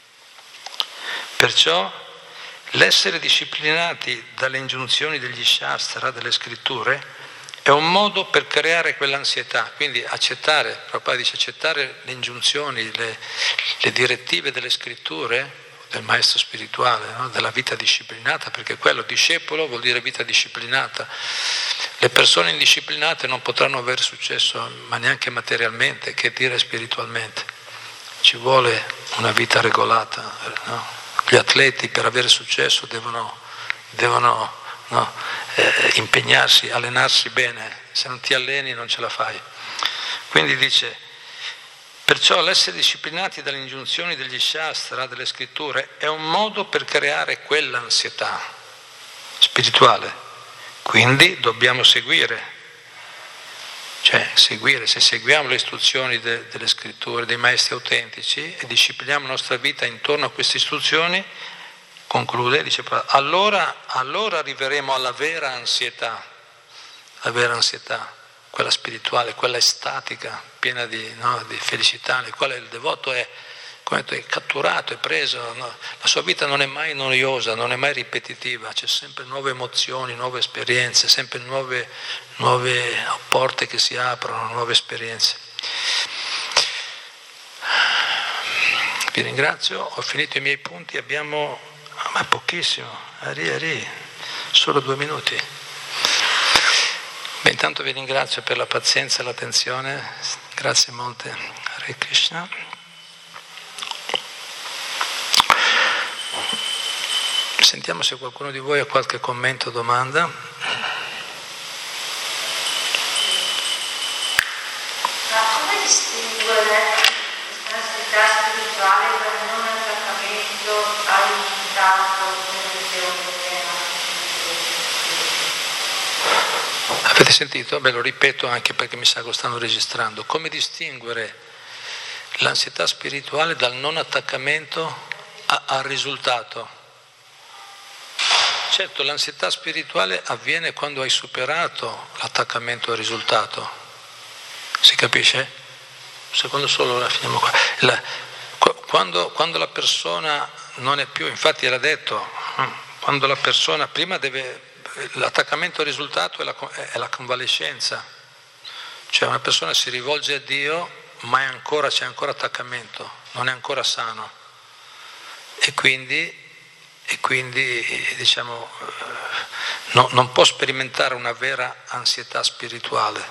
Perciò l'essere disciplinati dalle ingiunzioni degli Shastra, delle scritture, è un modo per creare quell'ansietà, quindi Prabhupada dice accettare le ingiunzioni, le direttive delle scritture, del maestro spirituale, no? Della vita disciplinata, perché quello discepolo vuol dire vita disciplinata. Le persone indisciplinate non potranno avere successo, ma neanche materialmente, che dire spiritualmente. Ci vuole una vita regolata, no? Gli atleti per avere successo devono no, impegnarsi, allenarsi bene, se non ti alleni non ce la fai. Quindi dice, perciò l'essere disciplinati dalle ingiunzioni degli Shastra, delle scritture, è un modo per creare quell'ansietà spirituale. Quindi dobbiamo seguire. Cioè se seguiamo le istruzioni delle scritture, dei maestri autentici e discipliniamo la nostra vita intorno a queste istruzioni, conclude, dice, allora arriveremo alla vera ansietà, quella spirituale, quella estatica, piena di felicità, nel quale il devoto è catturato, è preso, no? La sua vita non è mai noiosa, non è mai ripetitiva, c'è sempre nuove emozioni, nuove esperienze, sempre nuove porte che si aprono, nuove esperienze. Vi ringrazio, ho finito i miei punti, abbiamo pochissimo, solo 2 minuti. Beh, intanto vi ringrazio per la pazienza e l'attenzione, grazie molte, Hare Krishna. Sentiamo se qualcuno di voi ha qualche commento o domanda. Ma come distinguere questa ansietà spirituale dal non attaccamento all'invitato, come dicevo prima? Avete sentito? Beh, lo ripeto anche perché mi sa che stanno registrando. Come distinguere l'ansietà spirituale dal non attaccamento al risultato? Certo, l'ansietà spirituale avviene quando hai superato l'attaccamento al risultato. Si capisce? Un secondo solo, la finiamo qua. Quando la persona non è più, infatti era detto, quando la persona prima l'attaccamento al risultato è la convalescenza. Cioè una persona si rivolge a Dio, ma c'è ancora attaccamento, non è ancora sano. E quindi diciamo non può sperimentare una vera ansietà spirituale.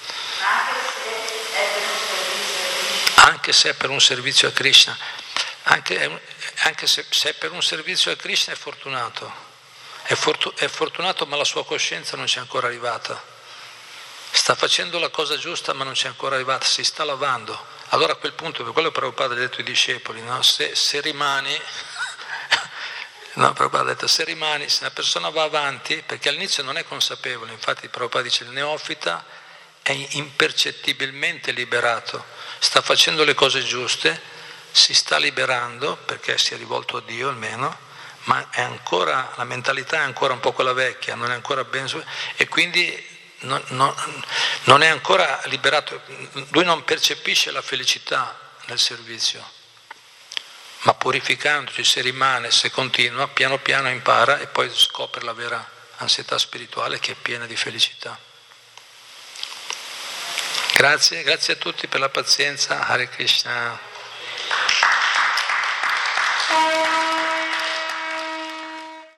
Anche se è per un servizio a Krishna. Anche se è per un servizio a Krishna è fortunato. È fortunato, ma la sua coscienza non ci è ancora arrivata. Sta facendo la cosa giusta ma non ci è ancora arrivata, si sta lavando. Allora a quel punto, per quello Prabhupada ha detto ai discepoli, no? Se rimani, no, Prabhupada ha detto, se una persona va avanti, perché all'inizio non è consapevole, infatti Prabhupada dice il neofita è impercettibilmente liberato, sta facendo le cose giuste, si sta liberando perché si è rivolto a Dio almeno, ma è ancora, la mentalità è ancora un po' quella vecchia, non è ancora ben, e quindi non è ancora liberato, lui non percepisce la felicità nel servizio, ma purificandoci, se rimane, se continua, piano piano impara e poi scopre la vera ansietà spirituale che è piena di felicità. Grazie a tutti per la pazienza. Hare Krishna.